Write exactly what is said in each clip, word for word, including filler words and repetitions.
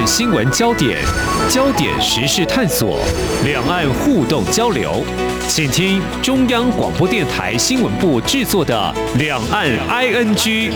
岸新闻焦点、焦点时事探索、两岸互动交流，请听中央广播电台新闻部制作的《两岸 I N G》。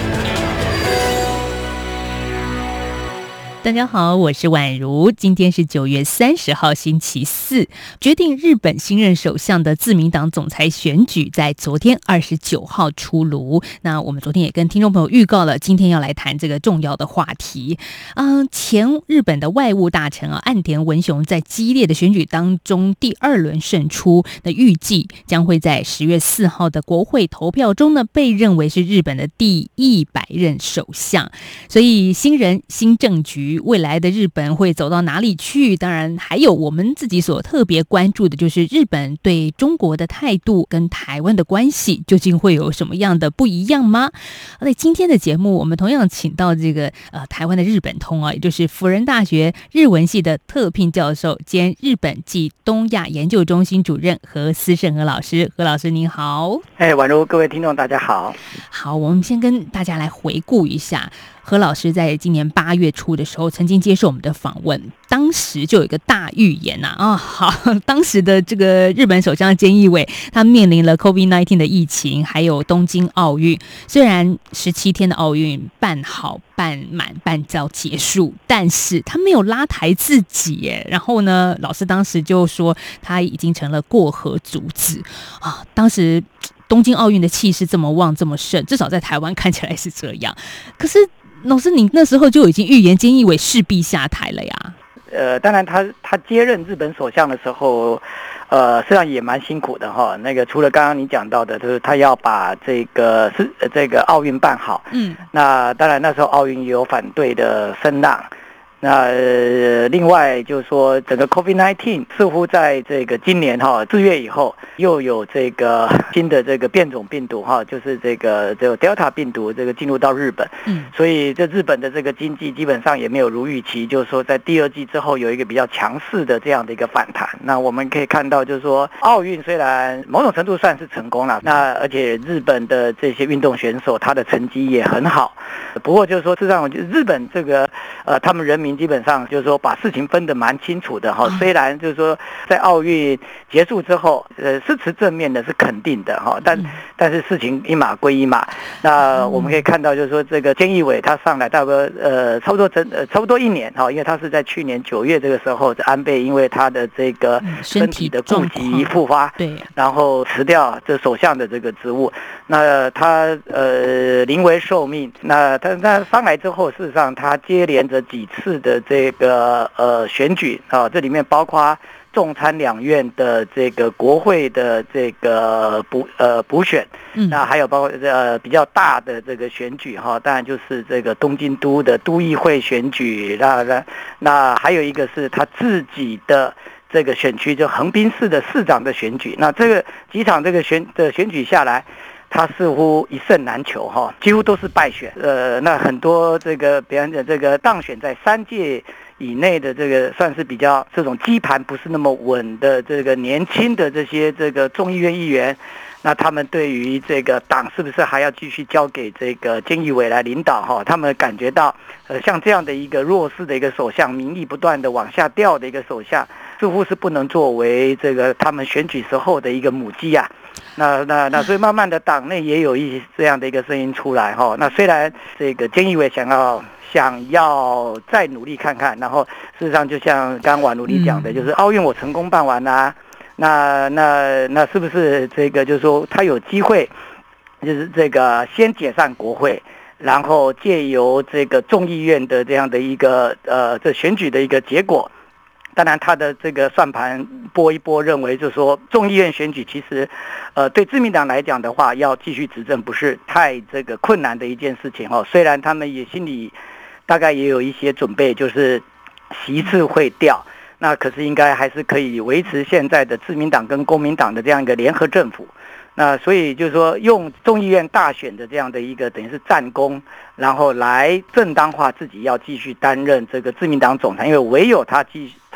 大家好，我是宛如。今天是九月三十号，星期四。决定日本新任首相的自民党总裁选举在昨天二十九号出炉。那我们昨天也跟听众朋友预告了，今天要来谈这个重要的话题。嗯，前日本的外务大臣啊，岸田文雄在激烈的选举当中第二轮胜出，那预计将会在十月四号的国会投票中呢，被认为是日本的第一百任首相。所以新人新政局，未来的日本会走到哪里去？当然还有我们自己所特别关注的，就是日本对中国的态度跟台湾的关系究竟会有什么样的不一样吗？在今天的节目，我们同样请到这个呃台湾的日本通啊，也就是辅仁大学日文系的特聘教授兼日本及东亚研究中心主任何思胜何老师。何老师您好。 哎，宛如各位听众大家好。 好，我们先跟大家来回顾一下。何老师在今年八月初的时候曾经接受我们的访问，当时就有一个大预言呐、啊，啊，好，当时的这个日本首相菅义伟，他面临了 COVID 十九 的疫情，还有东京奥运，虽然十七天的奥运办好、办满、办到结束，但是他没有拉抬自己耶。然后呢，老师当时就说他已经成了过河卒子啊，当时东京奥运的气势这么旺这么盛，至少在台湾看起来是这样，可是老师，你那时候就已经预言菅义伟势必下台了呀。 呃，当然他他接任日本首相的时候，呃，实际上也蛮辛苦的哈。那个除了刚刚你讲到的，就是他要把这个是这个奥运办好，嗯，那当然那时候奥运也有反对的声浪。那、呃、另外就是说，整个 COVID 十九 似乎在这个今年哈四月以后，又有这个新的这个变种病毒哈，就是这个这个 Delta 病毒这个进入到日本，嗯，所以这日本的这个经济基本上也没有如预期，就是说在第二季之后有一个比较强势的这样的一个反弹。那我们可以看到，就是说奥运虽然某种程度算是成功了，那而且日本的这些运动选手他的成绩也很好，不过就是说事实上日本这个呃他们人民基本上就是说把事情分得蛮清楚的哈，虽然就是说在奥运结束之后，呃是持正面的，是肯定的哈，但但是事情一码归一码。那我们可以看到就是说这个菅义伟他上来大概呃差不多整呃差不多一年哈，因为他是在去年九月这个时候，安倍因为他的这个身体的顾及复发，对，然后辞掉这首相的这个职务。那他呃临危受命，那他那上来之后，事实上他接连着几次的这个呃选举啊，这里面包括众参两院的这个国会的这个补呃补选，那还有包括呃比较大的这个选举哈，当然就是这个东京都的都议会选举，那那那还有一个是他自己的这个选区，就横滨市的市长的选举。那这个几场这个选的选举下来，他似乎一胜难求哈，几乎都是败选。呃，那很多这个，比方讲这个当选在三届以内的这个，算是比较这种基盘不是那么稳的这个年轻的这些这个众议院议员，那他们对于这个党是不是还要继续交给这个菅义伟来领导哈？他们感觉到，呃，像这样的一个弱势的一个首相，民意不断的往下掉的一个首相，似乎是不能作为这个他们选举时候的一个母鸡啊。那那那所以慢慢的党内也有一这样的一个声音出来哈。那虽然这个菅义伟想要想要再努力看看，然后事实上就像刚刚宛如你讲的，就是奥运我成功办完啦、啊，那那那是不是这个就是说他有机会，就是这个先解散国会，然后借由这个众议院的这样的一个呃这选举的一个结果。当然，他的这个算盘拨一拨，认为就是说，众议院选举其实，呃，对自民党来讲的话，要继续执政不是太这个困难的一件事情哈。虽然他们也心里大概也有一些准备，就是席次会掉，那可是应该还是可以维持现在的自民党跟公民党的这样一个联合政府。那所以就是说，用众议院大选的这样的一个等于是战功，然后来正当化自己要继续担任这个自民党总裁，因为唯有他继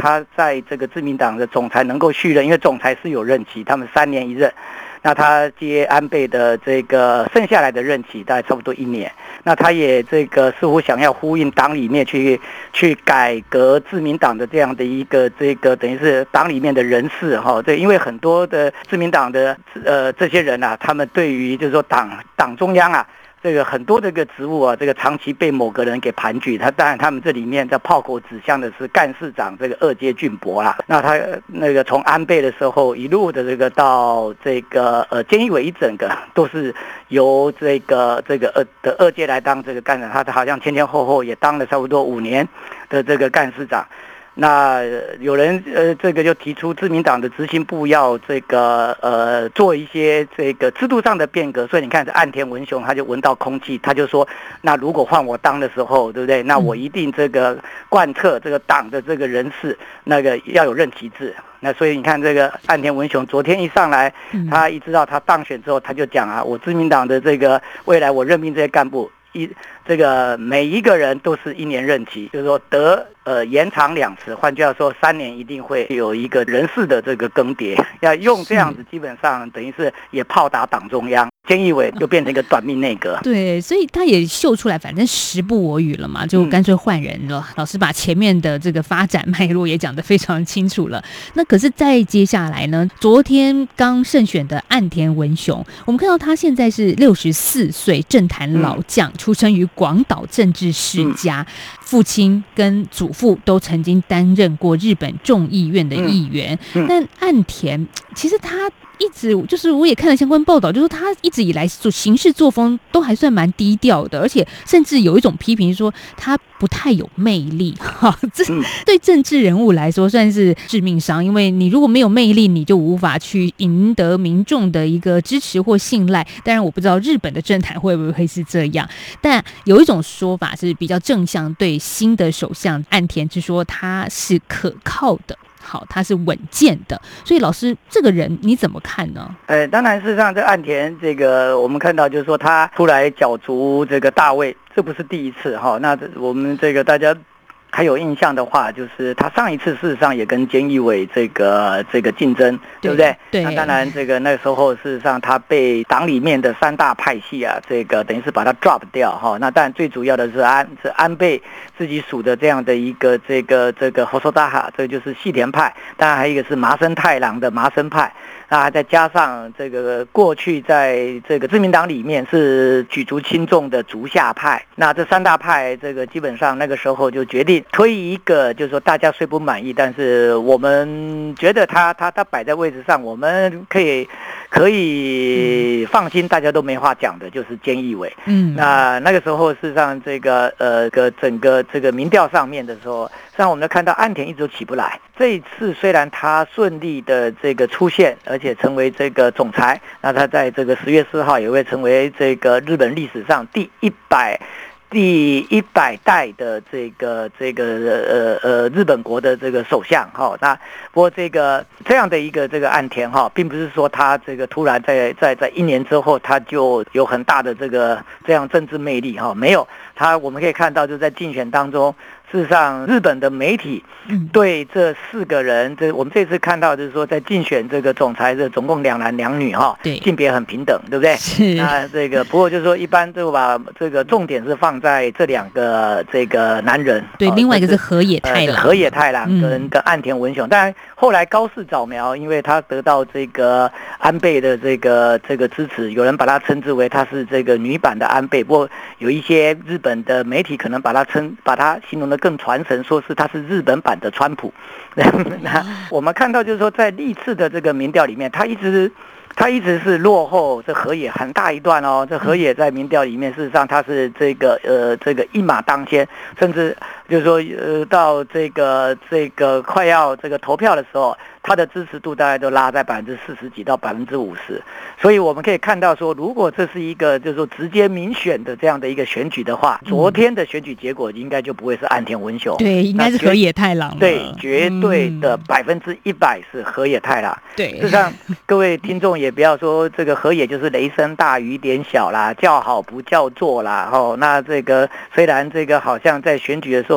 他在这个自民党的总裁能够续任，因为总裁是有任期，他们三年一任。那他接安倍的这个剩下来的任期大概差不多一年，那他也这个似乎想要呼应党里面去去改革自民党的这样的一个这个等于是党里面的人事哈，对，因为很多的自民党的呃这些人啊，他们对于就是说党党中央啊。这个很多这个职务啊，这个长期被某个人给盘踞。他当然，他们这里面在炮口指向的是干事长这个二阶俊博啦。那他那个从安倍的时候一路的这个到这个呃菅义伟一整个都是由这个这个二的二阶来当这个干事长，他好像前前后后也当了差不多五年的这个干事长。那有人呃，这个就提出自民党的执行部要这个呃做一些这个制度上的变革，所以你看这岸田文雄他就闻到空气，他就说，那如果换我当的时候，对不对？那我一定这个贯彻这个党的这个人事，那个要有任期制。那所以你看这个岸田文雄昨天一上来，他一知道他当选之后，他就讲啊，我自民党的这个未来我任命这些干部。一这个每一个人都是一年任期，就是说得呃延长两次，换句话说，三年一定会有一个人事的这个更迭，要用这样子，基本上等于是也炮打党中央。菅义伟就变成一个短命内阁， 对，所以他也秀出来，反正时不我与了嘛，就干脆换人了。嗯、老师把前面的这个发展脉络也讲得非常清楚了。那可是再接下来呢？昨天刚胜选的岸田文雄，我们看到他现在是六十四岁，政坛老将，嗯、出生于广岛政治世家，嗯、父亲跟祖父都曾经担任过日本众议院的议员。嗯嗯、但岸田其实他。一直就是我也看了相关报道，就是他一直以来做行事作风都还算蛮低调的，而且甚至有一种批评说他不太有魅力，哈，这对政治人物来说算是致命伤，因为你如果没有魅力，你就无法去赢得民众的一个支持或信赖。当然，我不知道日本的政坛会不会是这样，但有一种说法是比较正向，对新的首相岸田是说他是可靠的。好，他是稳健的，所以老师这个人你怎么看呢？ 呃，当然，事实上，这岸田这个我们看到就是说他出来角逐这个大位，这不是第一次哈。那我们这个大家还有印象的话，就是他上一次事实上也跟菅义伟这个这个竞争，对不对？对。那当然，这个那时候事实上他被党里面的三大派系啊，这个等于是把他 drop 掉哈。那当然最主要的是安是安倍自己属的这样的一个这个这个細田派，这个就是细田派。当然还有一个是麻生太郎的麻生派。那再加上这个过去在这个自民党里面是举足轻重的竹下派，那这三大派这个基本上那个时候就决定推一个，就是说大家虽不满意，但是我们觉得他他他摆在位置上，我们可以可以放心，大家都没话讲的，就是菅义伟。嗯，那那个时候事实上这个呃个整个这个民调上面的时候，实际上我们看到岸田一直都起不来。这一次虽然他顺利的这个出现，而且成为这个总裁，那他在这个十月四号也会成为这个日本历史上第一百。第一百代的这个这个呃呃日本国的这个首相哈，那不过这个这样的一个这个岸田哈，并不是说他这个突然在在在一年之后他就有很大的这个这样政治魅力哈，没有他我们可以看到就在竞选当中。事实上，日本的媒体对这四个人，这我们这次看到就是说，在竞选这个总裁，这总共两男两女哈，对，性别很平等，对不对？是。那这个不过就是说，一般就把这个重点是放在这两个这个男人。 对，另外一个是河野太郎， 呃、河野太郎跟、嗯、跟岸田文雄。当然，后来高市早苗，因为他得到这个安倍的这个这个支持，有人把他称之为他是这个女版的安倍。不过有一些日本的媒体可能把他称把他形容的更传神，说是他是日本版的川普。那我们看到就是说，在历次的这个民调里面，他一直他一直是落后这河野很大一段哦。这河野在民调里面，事实上他是这个呃这个一马当先，甚至就是说呃到这个这个快要这个投票的时候，他的支持度大概都拉在百分之四十几到百分之五十。所以我们可以看到说，如果这是一个就是说直接民选的这样的一个选举的话，昨天的选举结果应该就不会是岸田文雄， 对，应该是河野太郎， 对，绝对的百分之一百是河野太郎。对，事实上各位听众也不要说这个河野就是雷声大雨点小啦，叫好不叫座啦。哦，那这个虽然这个好像在选举的时候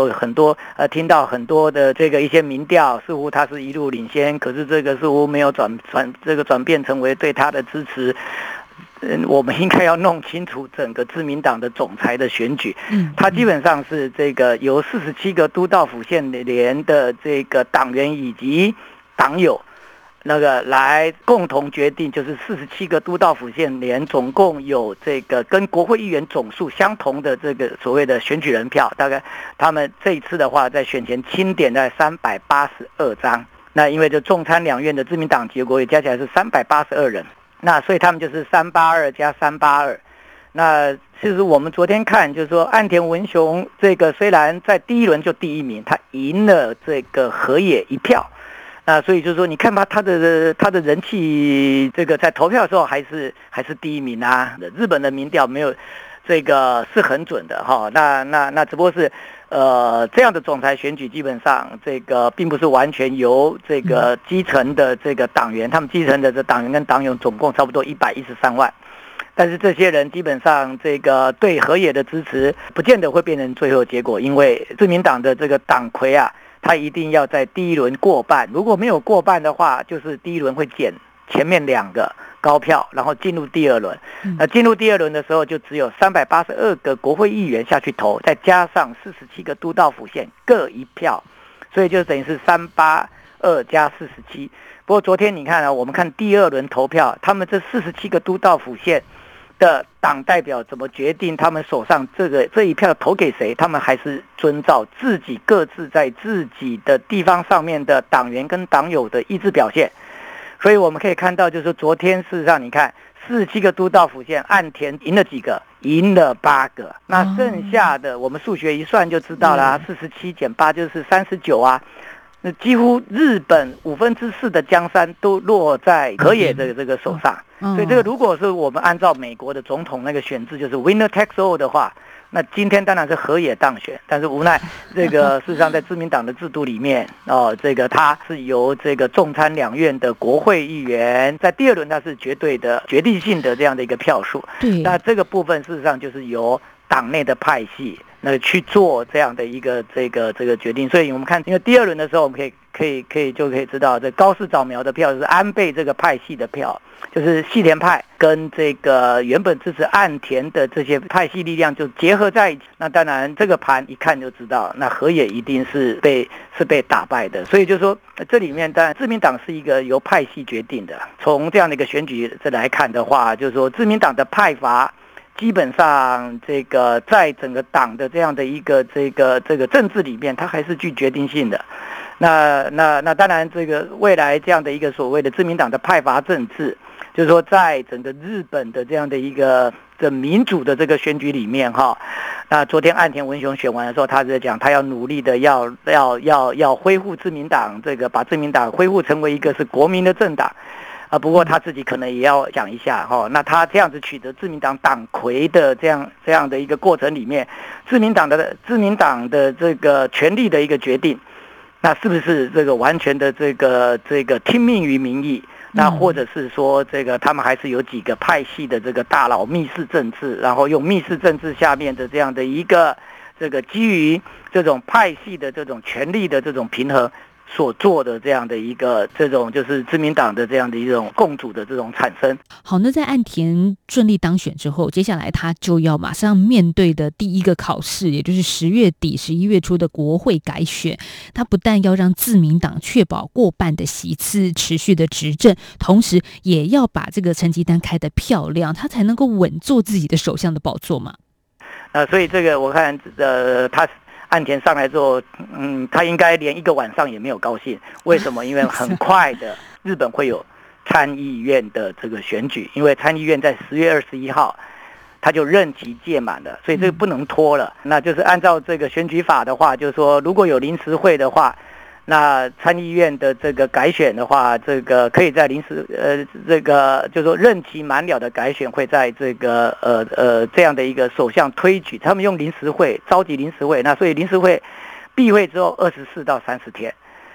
有很多呃听到很多的这个一些民调，似乎他是一路领先，可是这个似乎没有转转这个转变成为对他的支持。嗯，我们应该要弄清楚整个自民党的总裁的选举，嗯，它基本上是这个由四十七个都道府县连的这个党员以及党友那个来共同决定，就是四十七个都道府县连总共有这个跟国会议员总数相同的这个所谓的选举人票，大概他们这一次的话在选前清点在三百八十二张，那因为就众参两院的自民党结果也加起来是三百八十二人。那所以他们就是三八二加三八二。那其实我们昨天看，就是说岸田文雄这个虽然在第一轮就第一名，他赢了这个河野一票。那所以就是说，你看吧，他的他的人气，这个在投票的时候还是还是第一名啊。日本的民调没有这个是很准的哈。那那那只不过是。呃，这样的总裁选举基本上这个并不是完全由这个基层的这个党员，他们基层的这党员跟党友总共差不多一百一十三万，但是这些人基本上这个对河野的支持不见得会变成最后结果，因为自民党的这个党魁啊，他一定要在第一轮过半，如果没有过半的话，就是第一轮会减前面两个高票，然后进入第二轮。那进入第二轮的时候，就只有三百八十二个国会议员下去投，再加上四十七个都道府县各一票，所以就等于是三八二加四十七。不过昨天你看啊，我们看第二轮投票，他们这四十七个都道府县的党代表怎么决定他们手上这个这一票投给谁，他们还是遵照自己各自在自己的地方上面的党员跟党友的意志表现。所以我们可以看到，就是昨天事实上你看四十七个都道府县，岸田赢了几个？赢了八个。那剩下的我们数学一算就知道了，四十七减八就是三十九啊。那几乎日本五分之四的江山都落在河野的这个手上。所以这个如果是我们按照美国的总统那个选制，就是 winner takes all 的话，那今天当然是河野当选，但是无奈这个事实上在自民党的制度里面，哦，这个他是由这个众参两院的国会议员，在第二轮他是绝对的决定性的这样的一个票数。对，那这个部分事实上就是由党内的派系那去做这样的一个这个这个决定。所以我们看，因为第二轮的时候，我们可以可以可以就可以知道，这高市早苗的票就是安倍这个派系的票，就是细田派跟这个原本支持岸田的这些派系力量就结合在一起。那当然这个盘一看就知道，那河野一定是被是被打败的。所以就说这里面当然自民党是一个由派系决定的。从这样的一个选举这来看的话，就是说自民党的派阀基本上这个在整个党的这样的一个这个这个政治里面，它还是具决定性的。那那那当然，这个未来这样的一个所谓的自民党的派阀政治，就是说在整个日本的这样的一个的民主的这个选举里面哈，那昨天岸田文雄选完的时候，他在讲他要努力的要要要要恢复自民党，这个把自民党恢复成为一个是国民的政党。啊，不过他自己可能也要讲一下哈，那他这样子取得自民党党魁的这样这样的一个过程里面，自民党的自民党的这个权力的一个决定，那是不是这个完全的这个这个听命于民意？那或者是说这个他们还是有几个派系的这个大佬密室政治，然后用密室政治下面的这样的一个这个基于这种派系的这种权力的这种平衡所做的这样的一个这种就是自民党的这样的一种共主的这种产生。 好，那在岸田顺利当选之后，接下来他就要马上面对的第一个考试，也就是十月底十一月初的国会改选。他不但要让自民党确保过半的席次持续的执政，同时也要把这个成绩单开得漂亮，他才能够稳坐自己的首相的宝座嘛。 呃，所以这个我看呃他岸田上来之后，嗯，他应该连一个晚上也没有高兴。为什么？因为很快的，日本会有参议院的这个选举，因为参议院在十月二十一号，他就任期届满了，所以这个不能拖了。那就是按照这个选举法的话，就是说如果有临时会的话，那参议院的这个改选的话，这个可以在临时呃这个就是说任期满了的改选会在这个呃呃这样的一个首相推举，他们用临时会召集临时会，那所以临时会闭会之后二十四到三十天，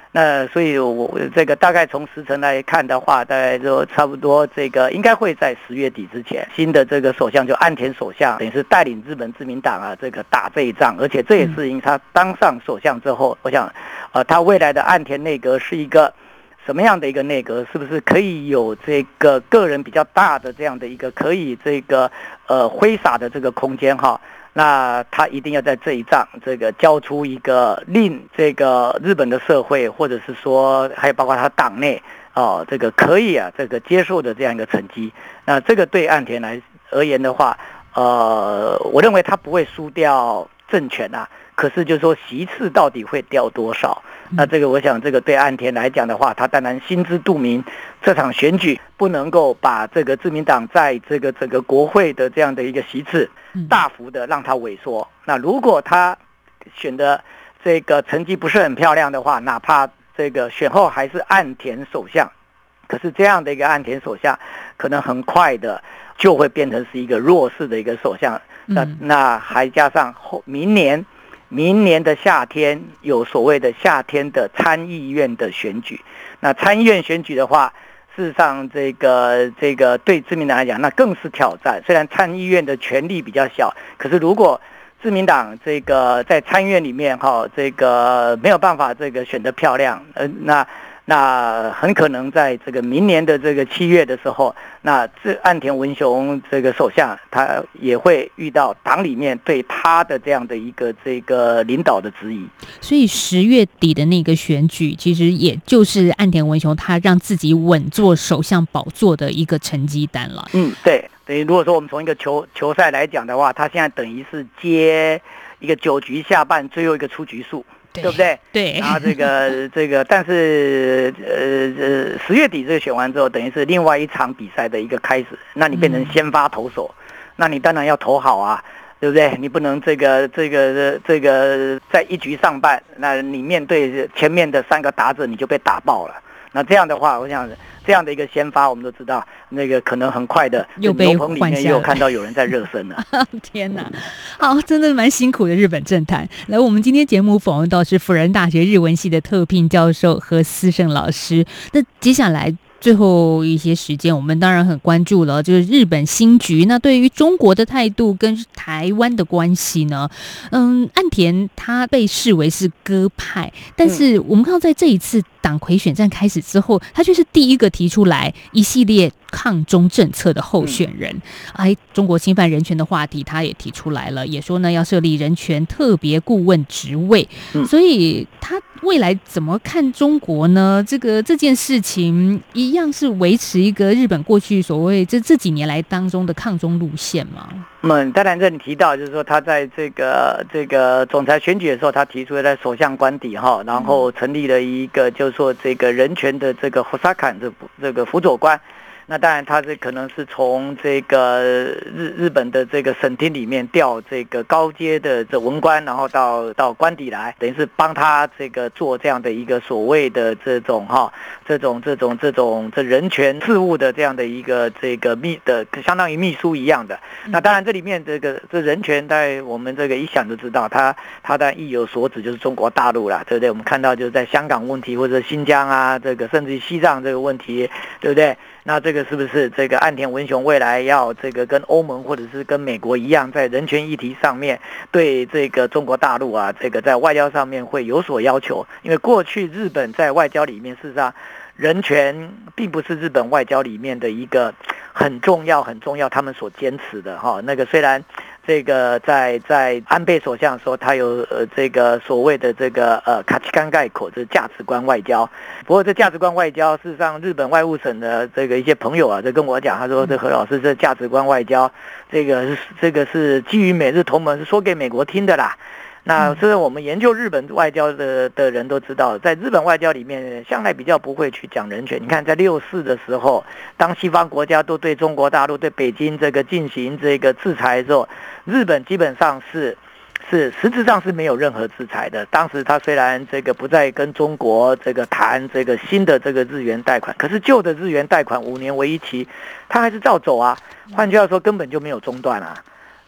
那所以我这个大概从时程来看的话，大概就差不多这个应该会在十月底之前，新的这个首相就岸田首相，等于是带领日本自民党啊这个打这一仗，而且这也是因为他当上首相之后，我想呃他未来的岸田内阁是一个什么样的一个内阁，是不是可以有这个个人比较大的这样的一个可以这个呃挥洒的这个空间哈？那他一定要在这一仗这个交出一个令这个日本的社会，或者是说还有包括他党内哦，这个可以啊这个接受的这样一个成绩。那这个对岸田来而言的话，呃，我认为他不会输掉政权啊，可是就是说席次到底会掉多少？那这个我想这个对岸田来讲的话，他当然心知肚明，这场选举不能够把这个自民党在这个整个国会的这样的一个席次大幅的让它萎缩。那如果他选的这个成绩不是很漂亮的话，哪怕这个选后还是岸田首相，可是这样的一个岸田首相可能很快的就会变成是一个弱势的一个首相。那那还加上后明年明年的夏天有所谓的夏天的参议院的选举。那参议院选举的话，事实上这个这个对自民党来讲那更是挑战。虽然参议院的权力比较小，可是如果自民党这个在参议院里面哈，这个没有办法这个选得漂亮，呃，那那很可能在这个明年的这个七月的时候，那这岸田文雄这个首相他也会遇到党里面对他的这样的一个这个领导的质疑。所以十月底的那个选举，其实也就是岸田文雄他让自己稳坐首相宝座的一个成绩单了。 嗯，对。等于如果说我们从一个球球赛来讲的话，他现在等于是接一个九局下半最后一个出局数。对, 对不对？ 对。 然后这个这个，但是呃呃，十月底这个选完之后，等于是另外一场比赛的一个开始。那你变成先发投手，嗯、那你当然要投好啊，对不对？你不能这个这个这个在一局上半，那你面对前面的三个打者，你就被打爆了。那这样的话，我想这样的一个先发，我们都知道，那个可能很快的又被牛棚里面又看到有人在热身了。 天哪，好，真的蛮辛苦的日本政坛。来，我们今天节目访问到是辅仁大学日文系的特聘教授何思胜老师。那接下来最后一些时间，我们当然很关注了，就是日本新局。那对于中国的态度跟台湾的关系呢？嗯，岸田他被视为是鸽派，但是我们看到在这一次党魁选战开始之后，他却是第一个提出来一系列抗中政策的候选人。哎，中国侵犯人权的话题他也提出来了，也说呢要设立人权特别顾问职位。所以他未来怎么看中国呢？这个这件事情一样是维持一个日本过去所谓这这几年来当中的抗中路线吗？ 嗯，当然这里提到就是说他在这个这个总裁选举的时候，他提出了在首相官邸哈，然后成立了一个就是说这个人权的这个補佐官这这个辅佐官。那当然，他是可能是从这个日日本的这个省厅里面调这个高阶的这文官，然后到到官邸来，等于是帮他这个做这样的一个所谓的这种哈，这种这种这种这人权事务的这样的一个这个秘的，相当于秘书一样的。那当然，这里面这个这人权，在我们这个一想就知道，他他当然意有所指就是中国大陆啦，对不对？我们看到就是在香港问题或者新疆啊，这个甚至于西藏这个问题，对不对？那这个是不是这个岸田文雄未来要这个跟欧盟或者是跟美国一样，在人权议题上面对这个中国大陆啊，这个在外交上面会有所要求？因为过去日本在外交里面，事实上人权并不是日本外交里面的一个很重要很重要他们所坚持的哈。那个虽然这个在在安倍首相说他有呃这个所谓的这个呃価値観外交，就是价值观外交。不过这价值观外交，事实上日本外务省的这个一些朋友啊，就跟我讲，他说这何老师这价值观外交，这个是这个是基于美日同盟，是说给美国听的啦。那这是我们研究日本外交的的人都知道，在日本外交里面向来比较不会去讲人权。你看在六四的时候，当西方国家都对中国大陆对北京这个进行这个制裁的时候，日本基本上是是实质上是没有任何制裁的。当时他虽然这个不再跟中国这个谈这个新的这个日元贷款，可是旧的日元贷款五年为一期，他还是照走啊。换句话说，根本就没有中断啊。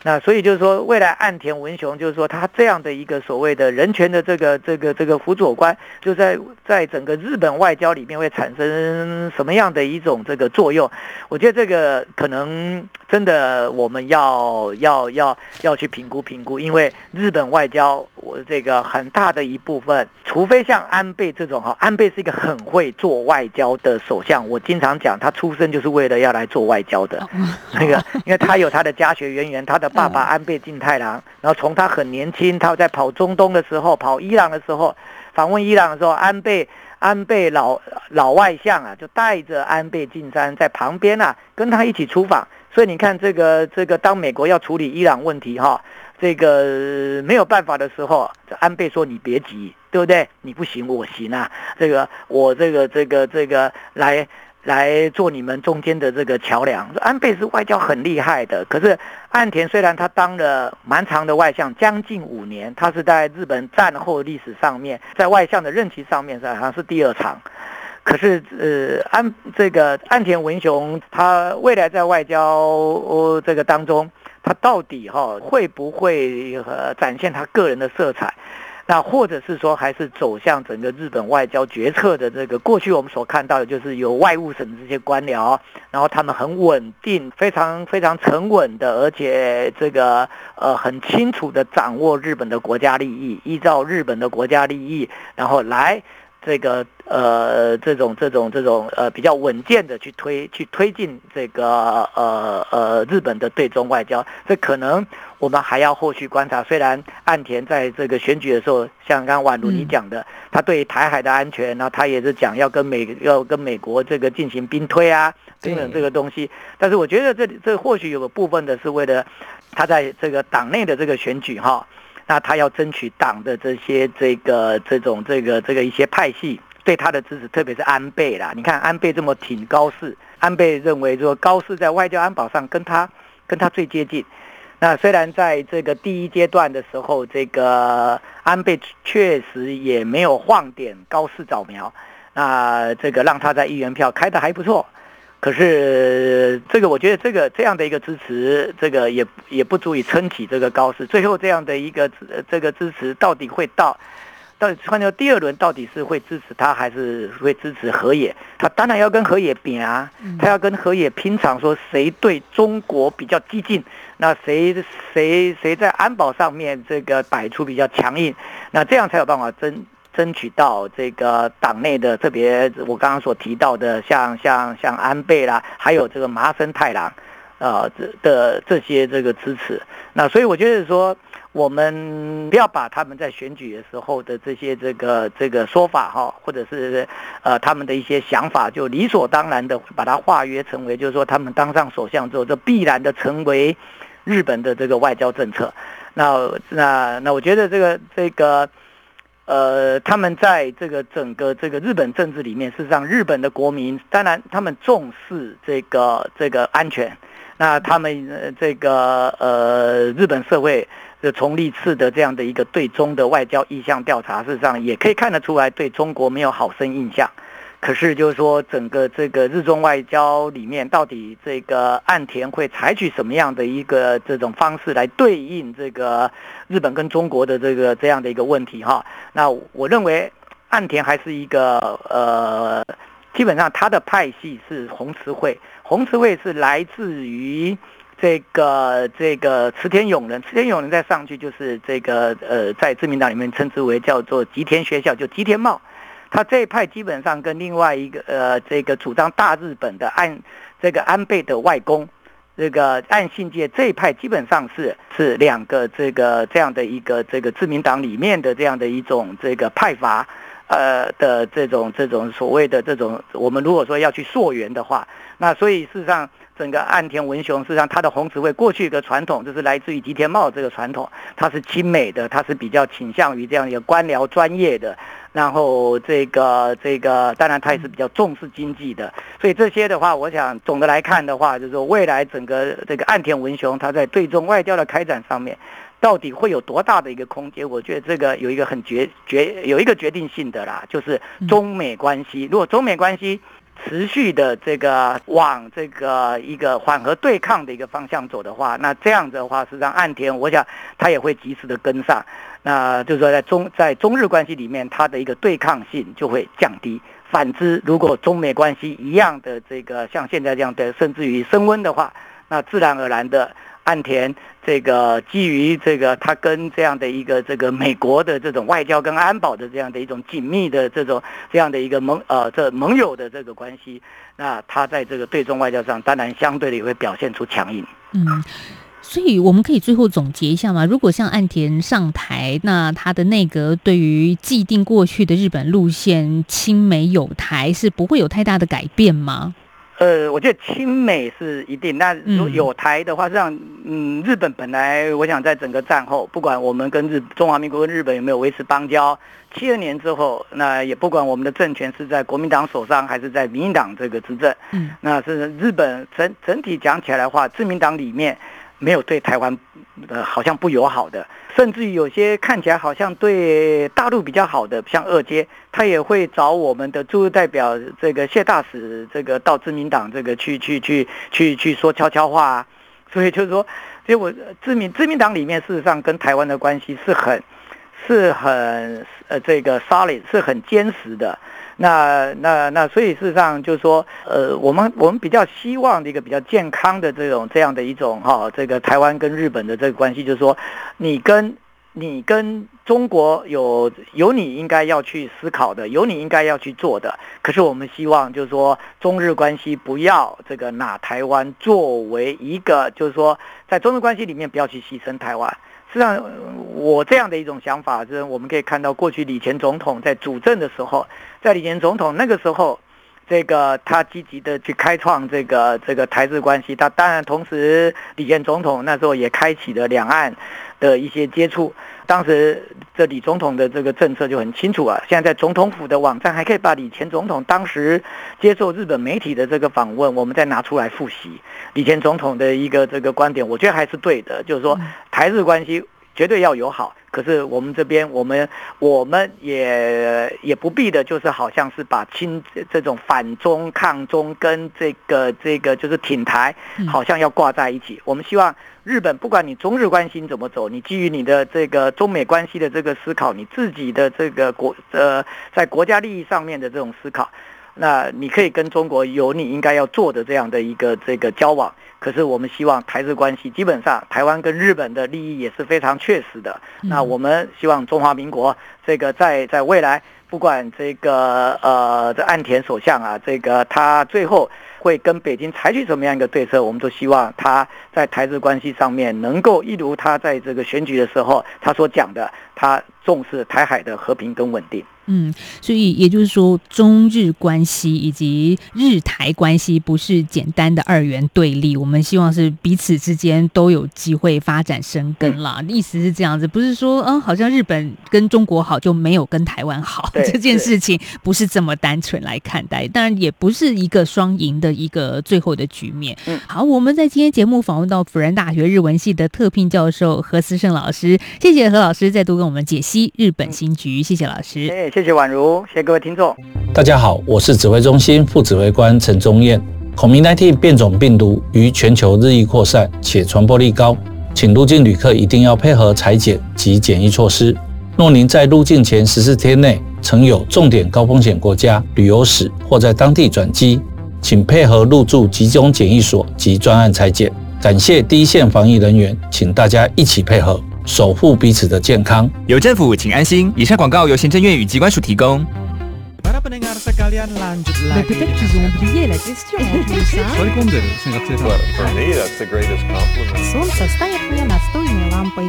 那所以就是说，未来岸田文雄就是说，他这样的一个所谓的人权的这个这个这个辅佐官，就在在整个日本外交里面会产生什么样的一种这个作用？我觉得这个可能真的我们要要要要去评估评估，因为日本外交我这个很大的一部分，除非像安倍这种哈，安倍是一个很会做外交的首相，我经常讲，他出生就是为了要来做外交的，那个因为他有他的家学渊源，他的爸爸安倍晋太郎，然后从他很年轻，他在跑中东的时候，跑伊朗的时候，访问伊朗的时候，安倍安倍老老外相啊，就带着安倍晋三在旁边啊，跟他一起出访。所以你看，这个这个，当美国要处理伊朗问题哈，这个没有办法的时候，安倍说你别急，对不对？你不行，我行啊，这个我这个这个这个来。来做你们中间的这个桥梁。安倍是外交很厉害的，可是岸田虽然他当了蛮长的外相，将近五年，他是在日本战后历史上面，在外相的任期上面好像是第二长。可是呃，安这个岸田文雄他未来在外交、呃、这个当中，他到底哈、哦、会不会呃展现他个人的色彩？那或者是说，还是走向整个日本外交决策的这个过去我们所看到的，就是有外务省这些官僚，然后他们很稳定，非常非常沉稳的，而且这个呃很清楚的掌握日本的国家利益，依照日本的国家利益，然后来这个呃这种这种这种呃比较稳健的去推去推进这个呃呃日本的对中外交，这可能我们还要后续观察。虽然岸田在这个选举的时候，像刚刚宛如你讲的，他对台海的安全，然后他也是讲要跟美要跟美国这个进行兵推啊等等这个东西。但是我觉得这这或许有个部分的是为了他在这个党内的这个选举哈。那他要争取党的这些这个这种这个这个一些派系对他的支持，特别是安倍啦。你看安倍这么挺高市，安倍认为说高市在外交安保上跟他跟他最接近。那虽然在这个第一阶段的时候，这个安倍确实也没有晃点高市早苗，那这个让他在议员票开得还不错。可是这个我觉得这个这样的一个支持，这个也也不足以撑起这个高市。最后这样的一个这个支持到底会到，到底穿到第二轮到底是会支持他还是会支持河野？他当然要跟河野比啊，他要跟河野拼场，说谁对中国比较激进，那谁谁谁在安保上面这个摆出比较强硬，那这样才有办法争。争取到这个党内的，特别我刚刚所提到的，像像像安倍啦，还有这个麻生太郎，呃的这些这个支持。那所以我觉得说，我们不要把他们在选举的时候的这些这个这个说法哈，或者是呃他们的一些想法，就理所当然的把它化约成为，就是说他们当上首相之后，这必然的成为日本的这个外交政策。那那那我觉得这个这个。呃，他们在这个整个这个日本政治里面，事实上，日本的国民当然他们重视这个这个安全。那他们、呃、这个呃日本社会从历次的这样的一个对中的外交意向调查，事实上也可以看得出来，对中国没有好深印象。可是就是说，整个这个日中外交里面，到底这个岸田会采取什么样的一个这种方式来对应这个日本跟中国的这个这样的一个问题哈？那我认为岸田还是一个呃，基本上他的派系是红池会，红池会是来自于这个这个池田勇人，池田勇人再上去就是这个呃，在自民党里面称之为叫做吉田学校，就吉田茂。他这一派基本上跟另外一个呃，这个主张大日本的岸这个安倍的外公，这个岸信介这一派基本上是是两个这个这样的一个这个自民党里面的这样的一种这个派阀呃的这种这种所谓的这种，我们如果说要去溯源的话，那所以事实上。整个岸田文雄，事实上他的红池会过去一个传统，就是来自于吉田茂这个传统，他是亲美的，他是比较倾向于这样一个官僚专业的，然后这个这个，当然他也是比较重视经济的，所以这些的话，我想总的来看的话，就是说未来整个这个岸田文雄他在对中外交的开展上面，到底会有多大的一个空间？我觉得这个有一个很决决有一个决定性的啦，就是中美关系。如果中美关系持续的这个往这个一个缓和对抗的一个方向走的话，那这样子的话，实际上岸田我想他也会及时的跟上，那就是说在中在中日关系里面，它的一个对抗性就会降低。反之，如果中美关系一样的这个像现在这样的，甚至于升温的话，那自然而然的岸田这个基于这个他跟这样的一个这个美国的这种外交跟安保的这样的一种紧密的这种这样的一个盟呃这盟友的这个关系，那他在这个对中外交上当然相对的也会表现出强硬。 嗯。所以我们可以最后总结一下嘛，如果像岸田上台，那他的内阁对于既定过去的日本路线亲美友台是不会有太大的改变吗？ 呃，我觉得亲美是一定，那如果有台的话，这样，嗯，日本本来我想在整个战后，不管我们跟日中华民国跟日本有没有维持邦交，七二年之后，那也不管我们的政权是在国民党手上还是在民进党这个执政，嗯，那是日本整整体讲起来的话，自民党里面没有对台湾呃好像不友好的，甚至于有些看起来好像对大陆比较好的，像二阶，他也会找我们的驻日代表这个谢大使这个到自民党这个去去去去去说悄悄话啊。所以就是说，所以我自民自民党里面事实上跟台湾的关系是很是很呃这个 solid 是很坚实的。那那那，所以事实上就是说，呃，我们我们比较希望的一个比较健康的这种这样的一种哈、哦，这个台湾跟日本的这个关系，就是说，你跟你跟中国有有你应该要去思考的，有你应该要去做的。可是我们希望就是说，中日关系不要这个拿台湾作为一个，就是说，在中日关系里面不要去牺牲台湾。实际上，我这样的一种想法是，我们可以看到过去李前总统在主政的时候，在李前总统那个时候，这个他积极的去开创这个这个台日关系，他当然同时李前总统那时候也开启了两岸的一些接触。当时这李总统的这个政策就很清楚啊，现在在总统府的网站还可以把李前总统当时接受日本媒体的这个访问，我们再拿出来复习李前总统的一个这个观点，我觉得还是对的，就是说台日关系绝对要友好，可是我们这边我们我们也也不必的，就是好像是把亲这种反中抗中跟这个这个就是挺台，好像要挂在一起。我们希望日本不管你中日关系怎么走，你基于你的这个中美关系的这个思考，你自己的这个国呃在国家利益上面的这种思考，那你可以跟中国有你应该要做的这样的一个这个交往。可是我们希望台日关系基本上台湾跟日本的利益也是非常确实的。那我们希望中华民国这个在在未来，不管这个呃这岸田首相啊，这个他最后会跟北京采取什么样一个对策，我们都希望他在台日关系上面能够一如他在这个选举的时候他所讲的，他重视台海的和平跟稳定。 嗯，所以也就是说，中日关系以及日台关系不是简单的二元对立，我们希望是彼此之间都有机会发展生根啦。嗯、意思是这样子，不是说嗯，好像日本跟中国好就没有跟台湾好，这件事情不是这么单纯来看待，当然也不是一个双赢的一个最后的局面。嗯，好，我们在今天节目访问到辅仁大学日文系的特聘教授何思胜老师，谢谢何老师再度跟我们解析日本新局，谢谢老师。 嗯谢谢宛如，谢谢各位听众。 大家好，我是指挥中心副指挥官陈宗彦。COVID 十九 变种病毒于全球日益扩散，且传播力高，请入境旅客一定要配合采检及检疫措施。若您在入境前十四天内曾有重点高风险国家旅游史或在当地转机，请配合入住集中检疫所及专案采检。感谢第一线防疫人员，请大家一起配合，守护彼此的健康。 有政府，请安心。以上广告由行政院与疾管署提供。 Pendengar sekalian, lanjut lagi. Peut-être qu'ils ont oublié la question en plus, hein? Well, for me, that's the greatest compliment. Солнце стоит мне настольной лампой.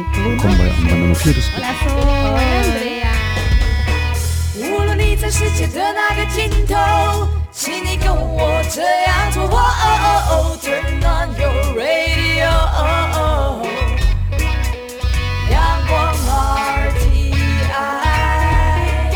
Hola, Andrea. 无论你在世界的哪个尽头，请你跟我这样做。Oh, oh, oh, turn on your radio. Oh, oh. 阳光 R T I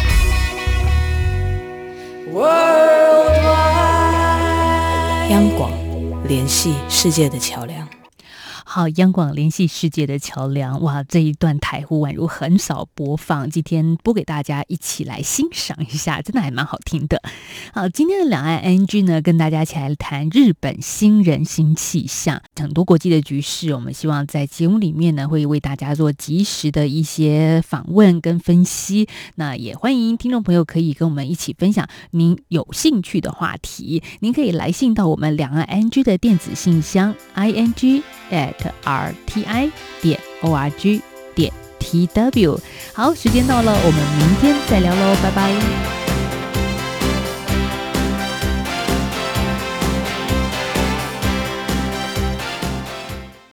Worldwide。 央广，联系世界的桥梁。 好。 号央广联系世界的桥梁。哇，这一段台呼宛如很少播放，今天播给大家一起来欣赏一下，真的还蛮好听的。好，今天的两岸 I N G 呢，跟大家一起来谈日本新人新气象，很多国际的局势，我们希望在节目里面呢，会为大家做及时的一些访问跟分析。那也欢迎听众朋友可以跟我们一起分享您有兴趣的话题，您可以来信到我们两岸 I N G 的电子信箱 i n g at r t i 点 o r g 点 t w。 好，时间到了，我们明天再聊喽，拜拜。